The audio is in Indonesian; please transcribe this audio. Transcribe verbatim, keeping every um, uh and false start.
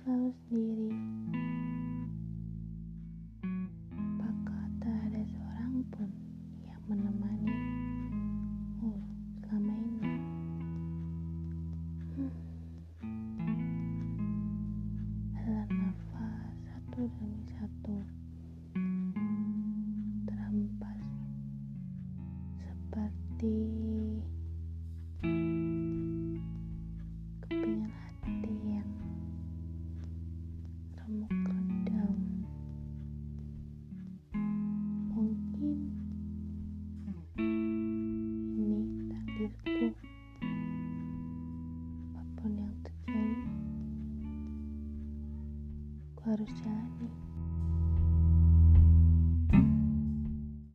selalu sendiri? Apakah tak ada seorang pun yang menemanimu selama ini? Hmm. Hela nafas satu demi satu, terhempas seperti kepingan hati yang remuk redam. Mungkin ini takdirku. Apapun yang terjadi, aku harus jalani.